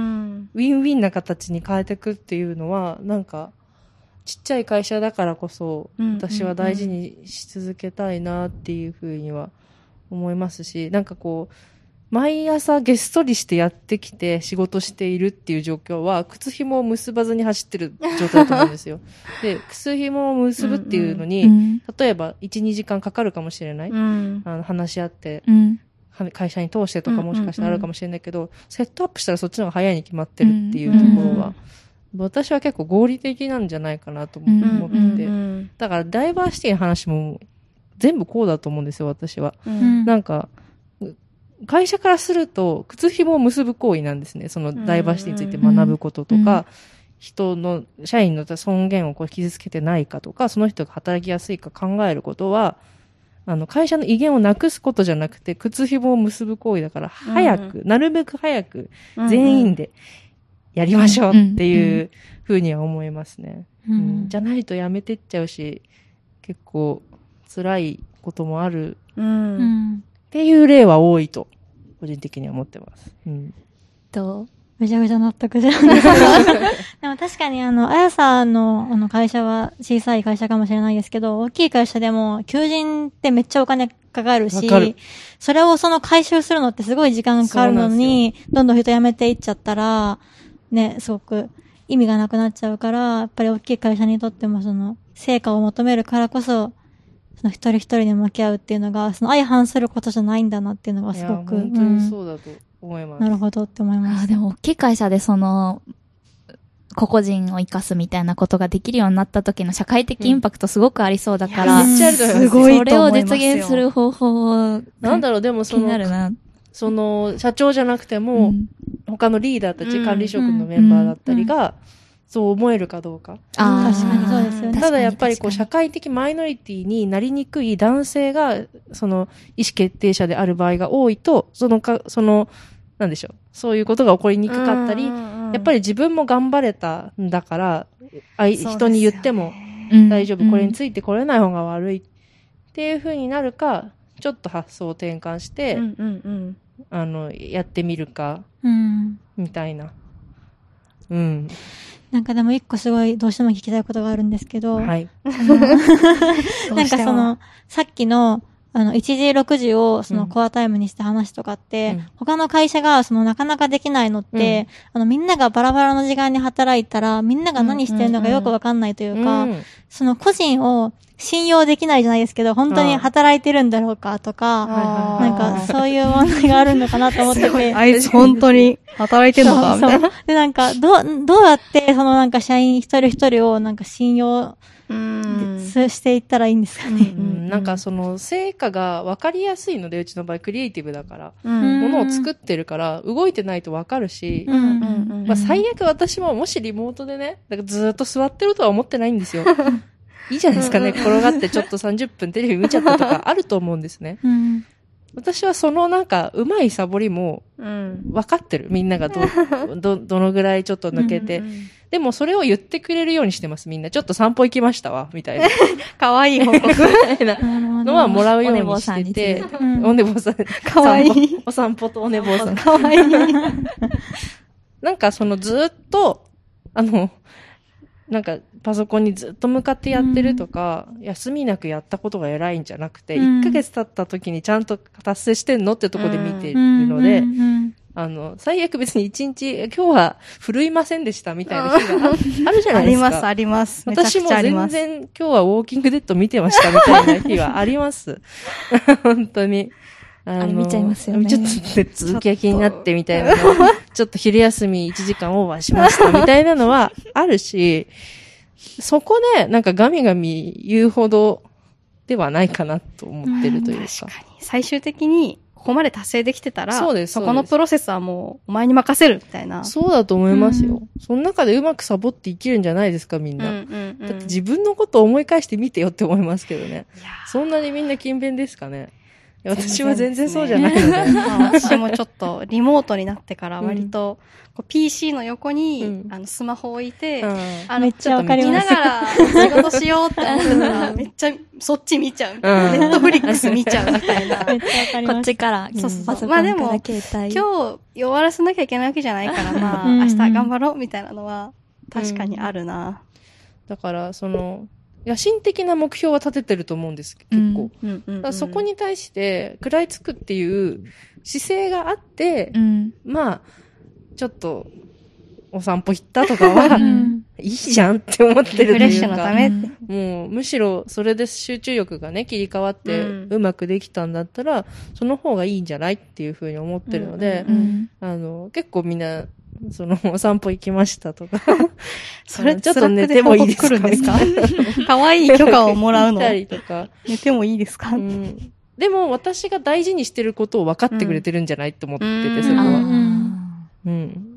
ウィンウィンな形に変えていくっていうのは、なんか、ちっちゃい会社だからこそ、私は大事にし続けたいなっていうふうには思いますし、なんかこう、毎朝げっそりしてやってきて仕事しているっていう状況は、靴紐を結ばずに走ってる状態だと思うんですよ。で、靴紐を結ぶっていうのに、うんうん、例えばいち、にじかんかかるかもしれない。うん、あの話し合って、うん、会社に通してとかもしかしたらあるかもしれないけど、うんうんうん、セットアップしたらそっちの方が早いに決まってるっていうところは、うんうん、私は結構合理的なんじゃないかなと思ってて、うんうんうん、だからダイバーシティの話も全部こうだと思うんですよ、私は。うん、なんか、会社からすると、靴紐を結ぶ行為なんですね。そのダイバーシティについて学ぶこととか、うんうん、人の、社員の尊厳をこう傷つけてないかとか、その人が働きやすいか考えることは、あの、会社の威厳をなくすことじゃなくて、靴紐を結ぶ行為だから、早く、うん、なるべく早く、全員でやりましょうっていうふうには思いますね。うんうん、じゃないとやめてっちゃうし、結構辛いこともある。うんっていう例は多いと、個人的には思ってます。うん。 と、めちゃめちゃ納得じゃないですか。でも確かにあの、あやさんのあの会社は小さい会社かもしれないですけど、大きい会社でも求人ってめっちゃお金かかるし、るそれをその回収するのってすごい時間かかるのに、どんどん人辞めていっちゃったら、ね、すごく意味がなくなっちゃうから、やっぱり大きい会社にとってもその、成果を求めるからこそ、その一人一人に向き合うっていうのが、その相反することじゃないんだなっていうのがすごく。 本当にそうだと思います。 うん、なるほどって思います。 あ、でも大きい会社でその、個々人を生かすみたいなことができるようになった時の社会的インパクトすごくありそうだから、 うん、めっちゃあると思います。 すごいと思いますよ。それを実現する方法を、 なんだろう、でもその、気になるな。その、社長じゃなくても、うん、他のリーダーたち、管理職のメンバーだったりが、うんうんうん、そう思えるかどうか。 ああ、確かにそうですよね。 ただやっぱりこう社会的マイノリティになりにくい男性が、その意思決定者である場合が多いと、そのか、その、なんでしょう。そういうことが起こりにくかったり、やっぱり自分も頑張れたんだから、あい人に言っても大丈夫、これについてこれない方が悪いっていう風になるか、ちょっと発想を転換して、うんうんうん、あの、やってみるか、うん、みたいな。うん。 なんかでも一個すごいどうしても聞きたいことがあるんですけど、はい。なんかその、さっきの、あの、いちじろくじをそのコアタイムにして話とかって、うん、他の会社がそのなかなかできないのって、うん、あのみんながバラバラの時間に働いたら、みんなが何してるのかよくわかんないというか、うんうんうん、その個人を信用できないじゃないですけど、本当に働いてるんだろうかとか、なんかそういう問題があるのかなと思ってて。 あいつ本当に働いてるのかみたいな。 で、なんか、どう、どうやってそのなんか社員一人一人をなんか信用 、していったらいいんですかね。 うん、なんかその成果が分かりやすいので、うちの場合クリエイティブだから、 うん、 ものを作ってるから動いてないと分かるし、 うん、 まあ最悪私ももしリモートでね、だからずーっと座ってるとは思ってないんですよ。いいじゃないですかね、転がってちょっとさんじゅっぷんテレビ見ちゃったとかあると思うんですね。 うん、 私はそのなんかうまいサボりも分かってる。みんながど、ど、どのぐらいちょっと抜けて。うんうん、でもそれを言ってくれるようにしてます、みんな。ちょっと散歩行きましたわ、みたいな。 かわいい報告みたいなのはもらうようにしてて。おねぼさん。 かわいい。 お散歩とおねぼさん。 かわいい。 なんかそのずっと、あの、なんかパソコンにずっと向かってやってるとか、うん、休みなくやったことが偉いんじゃなくて、うん、いっかげつ経った時にちゃんと達成してんのってとこで見てるので、うんうんうん、あの、最悪別に一日、今日は振るいませんでしたみたいな日があるじゃないですか。 あります、あります。 私も全然今日はウォーキングデッド見てましたみたいな日はあります。本当に。 あれ見ちゃいますよね。 ちょっと続きが気になってみたいなのは、ちょっと昼休みいちじかんオーバーしましたみたいなのはあるし、そこでなんかガミガミ言うほどではないかなと思ってるというか。うん、 確かに。最終的にここまで達成できてたら、 そうです。 そこのプロセスはもうお前に任せるみたいな。 そうだと思いますよ。うん、その中でうまくサボって生きるんじゃないですか、みんな。うんうんうん、だって自分のことを思い返してみてよって思いますけどね。そんなにみんな勤勉ですかね。私は全然そうじゃないので。 まあ、私もちょっとリモートになってから割と、こう ピーシー の横に、うん、あのスマホを置いて、うん、あのめっちゃわかります。 見ながら仕事しようって思ってたら、めっちゃそっち見ちゃう。ネットフリックス見ちゃうみたいな。 めっちゃわかります。 こっちから、 そうそうそう。まあでも、今日終わらせなきゃいけないわけじゃないから、まあ、明日頑張ろうみたいなのは確かにあるな。うん、 だから、その、野心的な目標は立ててると思うんです、結構。うんうんうんうん、だそこに対して食らいつくっていう姿勢があって、うん、まあ、ちょっとお散歩行ったとかは、うん、いいじゃんって思ってるというか。 リフレッシュのためって。 もうむしろそれで集中力がね、切り替わってうまくできたんだったら、うん、その方がいいんじゃないっていうふうに思ってるので、うんうん、あの、結構みんな、その、お散歩行きましたとか。 それ、ちょっと寝てもいいですか？来るんですか？可愛い許可をもらうの。 たりとか。 寝てもいいですか？ うん、でも、私が大事にしてることを分かってくれてるんじゃないと思ってて、うん、そこは。うん。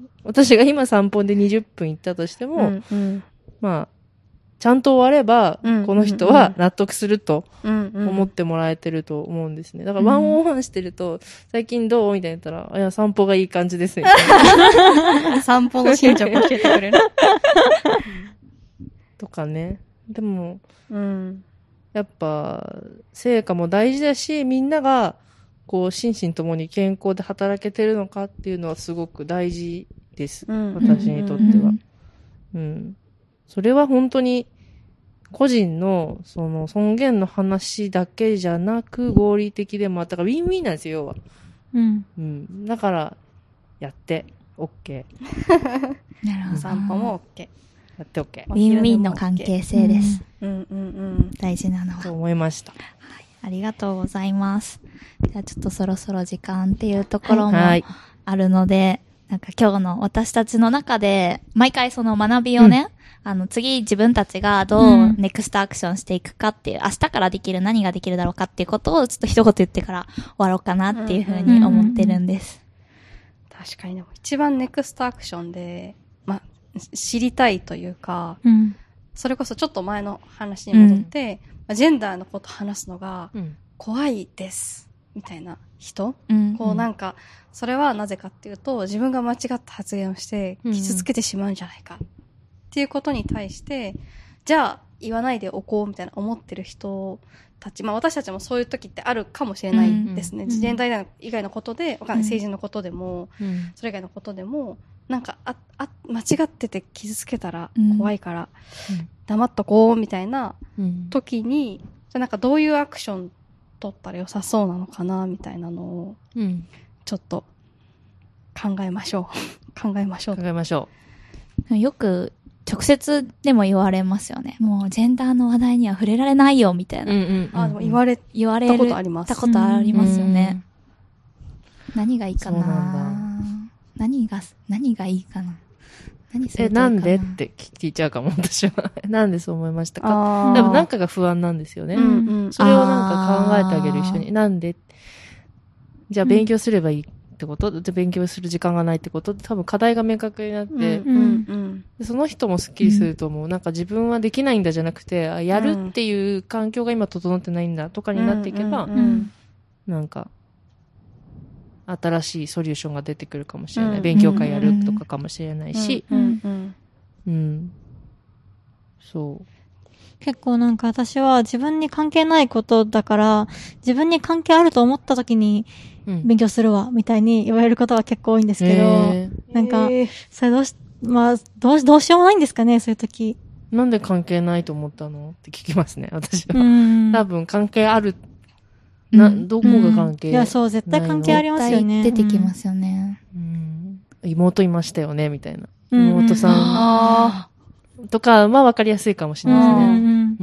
私が今散歩でにじゅっぷん行ったとしても、うんうん、まあ、ちゃんと終われば、うん、この人は納得すると思ってもらえてると思うんですね。だからワンオンワンしてると、最近どうみたいな言ったら、いや、散歩がいい感じですみたいな。散歩の進捗教えてくれる。 とかね。でも、うん、やっぱ、成果も大事だし、みんなが、こう、心身ともに健康で働けてるのかっていうのはすごく大事です。うん、私にとっては。うん。それは本当に個人のその尊厳の話だけじゃなく合理的でもあったからウィンウィンなんですよ、要は。うん。うん。だから、やって、OK。 なるほど。散歩も OK。 やって OK。 ウィンウィンの関係性です。 うん、うん、うんうん。 大事なのは。 と思いました。 はい。ありがとうございます。じゃあちょっとそろそろ時間っていうところもあるので、はいはい、なんか今日の私たちの中で、毎回その学びをね、うんあの、次自分たちがどうネクストアクションしていくかっていう、うん、明日からできる何ができるだろうかっていうことをちょっと一言言ってから終わろうかなっていうふうに思ってるんです。 うんうんうん、確かにでも一番ネクストアクションで、ま、知りたいというか、うん、それこそちょっと前の話に戻って、うん、ジェンダーのこと話すのが怖いです、みたいな人、うん、こうなんか、それはなぜかっていうと、自分が間違った発言をして傷つけてしまうんじゃないか。うんっていうことに対して、じゃあ言わないでおこうみたいな思ってる人たち、まあ私たちもそういう時ってあるかもしれないですね。ジェンダー以外のことで、わかんない、政治のことでも、うん、それ以外のことでも、なんかあ、あ、間違ってて傷つけたら怖いから、うん、黙っとこうみたいな時に、じゃあなんかどういうアクション取ったら良さそうなのかなみたいなのを、うん、ちょっと考えましょう。考えましょう。 考えましょう。よく、直接でも言われますよね。もうジェンダーの話題には触れられないよみたいな。うんうんうん、 あでも言われ言われたことあります。たことありますよね。うん、何がいいかな。な何が何がいいかな。 何するえ、なんでって聞いちゃうかも、私は。なんでそう思いましたか？多分なんかが不安なんですよね。うんうん、それをなんか考えてあげる一緒に。なんでじゃあ勉強すればいいってこと、うん、で勉強する時間がないってこと多分課題が明確になって、うんうんうん、その人もスッキリすると思う、うん。なんか自分はできないんだじゃなくて、やるっていう環境が今整ってないんだとかになっていけば、うんうんうん、なんか、新しいソリューションが出てくるかもしれない。うん、勉強会やるとかかもしれないし、うんうんうんうん、そう。 結構なんか私は自分に関係ないことだから、自分に関係あると思った時に勉強するわ、みたいに言われることは結構多いんですけど、えー、なんか、それどうし、まあ、どうし、どうしようもないんですかね、そういう時。 なんで関係ないと思ったのって聞きますね、私は。多分関係ある。な、どこが関係、うん、 いや、そう、絶対関係ありますよね。 出てきますよね。 うん、妹いましたよね、みたいな。妹さん。うんうん、あとか、まあ分かりやすいかもしれないですね。うんうん、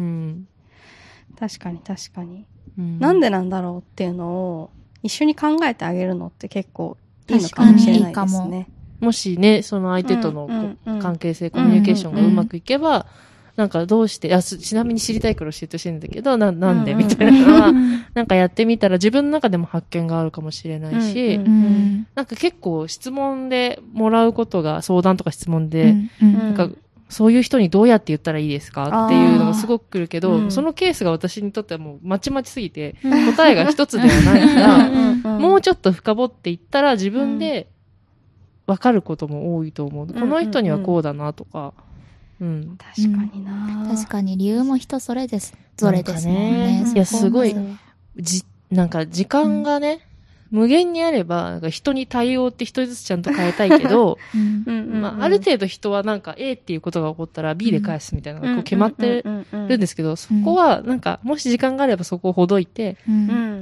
確かに確かに、うん。なんでなんだろうっていうのを一緒に考えてあげるのって結構いいのかもしれないですね。 もしね、その相手との関係性、うんうんうん、コミュニケーションがうまくいけば、うんうん、なんかどうして、あ、ちなみに知りたいから教えてほしいんだけど、な、なんで、うんうん、みたいなのは、なんかやってみたら自分の中でも発見があるかもしれないし、うんうんうん、なんか結構質問でもらうことが、相談とか質問で、うんうん、なんかそういう人にどうやって言ったらいいですかっていうのがすごく来るけど、うん、そのケースが私にとってはもうまちまちすぎて、答えが一つではないから、もうちょっと深掘っていったら自分でわかることも多いと思う。この人にはこうだなとか、うん、 確かにな、 うん、確かに理由も人それですぞれですもんね。 いや、すごい、じ、なんか時間がね、うん、無限にあれば、なんか人に対応って一人ずつちゃんと変えたいけど、うんまあ、ある程度人はなんか A っていうことが起こったら B で返すみたいなのがこう決まってるんですけど、そこはなんか、もし時間があればそこをほどいて、うん、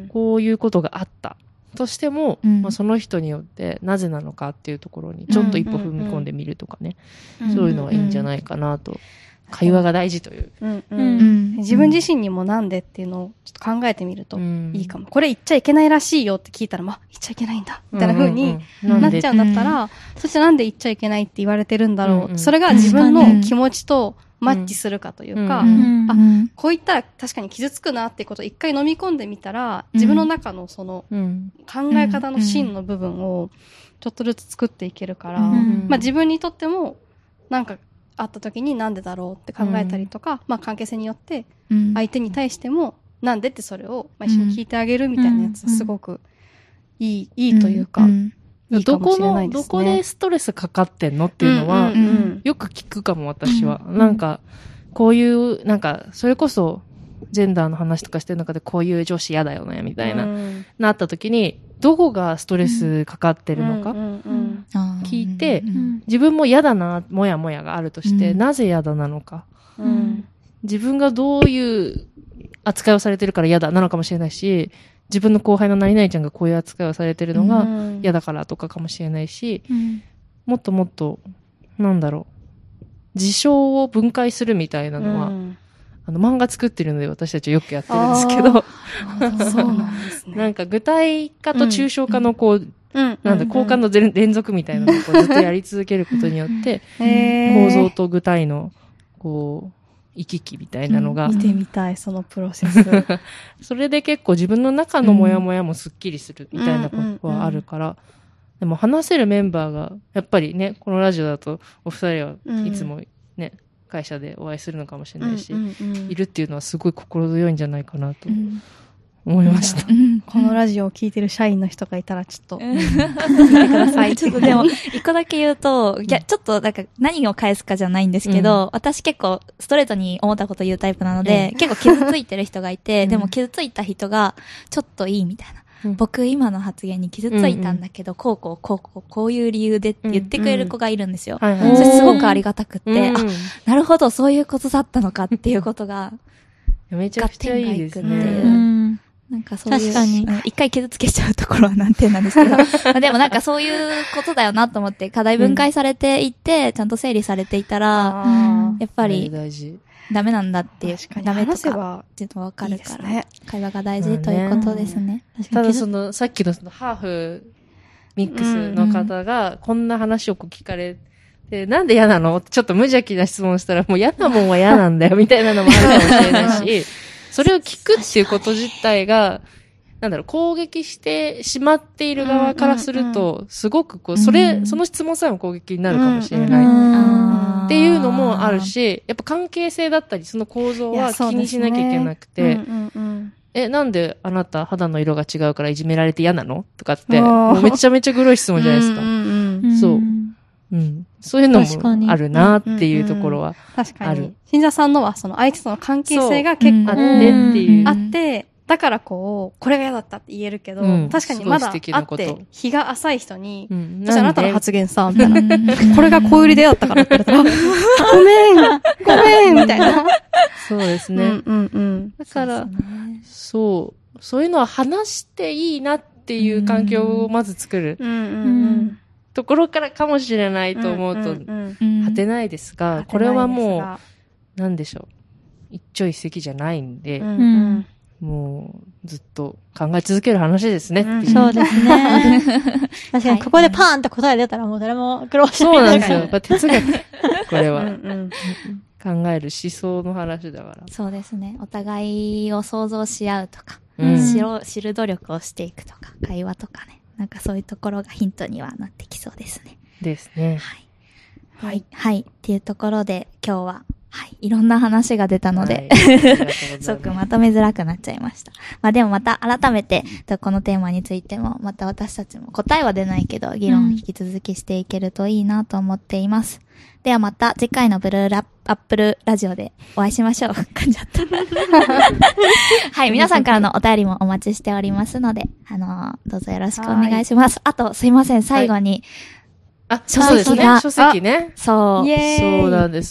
こういうことがあったとしても、うんまあ、その人によってなぜなのかっていうところにちょっと一歩踏み込んでみるとかね、うんうん、そういうのはいいんじゃないかなと、うんうん、会話が大事という、うんうんうん、自分自身にもなんでっていうのをちょっと考えてみるといいかも、うん、これ言っちゃいけないらしいよって聞いたら、まあ、言っちゃいけないんだみたいな風になっちゃうんだったら、うん、そしてなんで言っちゃいけないって言われてるんだろう、うんうん、それが自分の気持ちとマッチするかというか、うんうん、あ、こう言ったら確かに傷つくなってことを一回飲み込んでみたら、自分の中のその考え方の芯の部分をちょっとずつ作っていけるから、うん、まあ自分にとってもなんかあった時になんでだろうって考えたりとか、うん、まあ関係性によって相手に対してもなんでってそれをまあ一緒に聞いてあげるみたいなやつすごくいい、いいというか、うんうんいいかもしれないですね。 どこの、どこでストレスかかってんのっていうのは、うんうんうん、よく聞くかも、私は。うんうん、なんか、こういう、なんか、それこそ、ジェンダーの話とかしてる中で、こういう女子嫌だよね、みたいな、うん、なった時に、どこがストレスかかってるのか、うんうんうん、聞いて、うん、自分も嫌だな、もやもやがあるとして、うん、なぜ嫌だなのか、うん、自分がどういう扱いをされてるから嫌だなのかもしれないし、自分の後輩の何々ちゃんがこういう扱いをされてるのが嫌だからとかかもしれないし、うん、もっともっと、なんだろう、事象を分解するみたいなのは、うん、あの、漫画作ってるので私たちよくやってるんですけど、 そうなんですね。 なんか具体化と抽象化のこう、うん、なんだ、交換の連続みたいなのをこうずっとやり続けることによって、構造と具体の、こう、行き来みたいなのが、 うん、見てみたい、そのプロセス。 それで結構自分の中のモヤモヤもスッキリするみたいなことはあるから、うんうんうん、でも話せるメンバーが、やっぱりね、このラジオだとお二人はいつもね、うん、会社でお会いするのかもしれないし、うんうんうん、いるっていうのはすごい心強いんじゃないかなと思いました。 うん、このラジオを聞いてる社員の人がいたらちょっと、聞いてください。 ちょっとでも、一個だけ言うと、いや、ちょっとなんか何を返すかじゃないんですけど、うん、私結構ストレートに思ったこと言うタイプなので、うん、結構傷ついてる人がいて、うん、でも傷ついた人がちょっといいみたいな。うん、僕今の発言に傷ついたんだけど、うん、こうこうこうこうこういう理由でって言ってくれる子がいるんですよ。うんうん、それすごくありがたくって、うん、あ、なるほど、そういうことだったのかっていうことが、 めちゃくちゃいいですね。 うんなんかそういう、確かに。一回傷つけちゃうところは難点なんですけど。まあでもなんかそういうことだよなと思って、課題分解されていって、うん、ちゃんと整理されていたら、やっぱり、ダメなんだっていう、ダメとか、っていうのわかるから、ね、会話が大事ということですね。 ただその、さっきのそのハーフミックスの方が、こんな話をこう聞かれで、なんで嫌なのってちょっと無邪気な質問したら、もう嫌なもんは嫌なんだよ、みたいなのもあるかもしれないし、それを聞くっていうこと自体が、なんだろう、攻撃してしまっている側からすると、すごくこう、それ、その質問さえも攻撃になるかもしれない。っていうのもあるし、やっぱ関係性だったり、その構造は気にしなきゃいけなくて、え、なんであなた肌の色が違うからいじめられて嫌なのとかって、もうめちゃめちゃグロい質問じゃないですか。そう。うん。そういうのもあるなっていうところはある。 確かに。新座さんのはその相手との関係性が結構あってっていう。 あって、だからこう、これが嫌だったって言えるけど、うん、確かにまだ会って日が浅い人に、うん、私あなたの発言さ、みたいな。これがこういう理由だったからって言ったら、ごめんごめんみたいな。 そうですね。うんうんうん、だから、そう、そういうのは話していいなっていう環境をまず作る。うんうんうんところからかもしれないと思うと、果てないですが、これはもう、なんでしょう。一朝一夕じゃないんで、うん、もう、ずっと考え続ける話ですね。 うん、そうですね。確かに、ここでパーンって答え出たらもう誰も苦労しない。 そうなんですよ。やっぱ哲学。これは。うんうん考える思想の話だから。 そうですね。お互いを想像し合うとか、うん、知ろ知る努力をしていくとか、会話とかね。なんかそういうところがヒントにはなってきそうですね。 ですね。 はい。はい。はい。っていうところで今日は、はい。いろんな話が出たので、すごくまとめづらくなっちゃいました。まあでもまた改めて、このテーマについても、また私たちも答えは出ないけど、議論引き続きしていけるといいなと思っています。うん、ではまた次回のブルーラアップルラジオでお会いしましょう。噛んじゃった。はい。皆さんからのお便りもお待ちしておりますので、あのー、どうぞよろしくお願いします。あと、すいません。最後に、はいあ、書籍が。書籍ね。 そう。 そうなんです。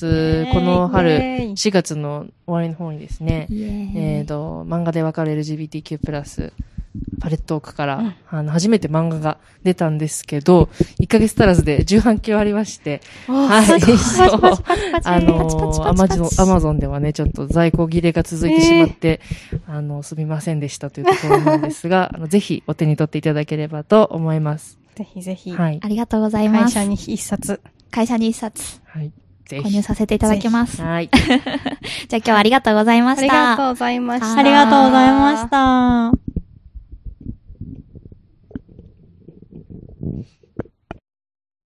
この春、しがつの終わりの方にですね、えっと、漫画でわかる エルジービーティーキュー プラス、パレットークから、うん、あの、初めて漫画が出たんですけど、いっかげつ足らずで重版級ありまして、はい。そう。あの、アマゾン、アマゾンではね、ちょっと在庫切れが続いてしまって、えー、あの、すみませんでしたというところなんですが、あの、ぜひお手に取っていただければと思います。 ぜひぜひ。 はい。ありがとうございます。 会社に一冊。 会社に一冊。 はい。ぜひ。 購入させていただきます。 はい。 じゃあ今日はありがとうございました。 ありがとうございました。 ありがとうございました。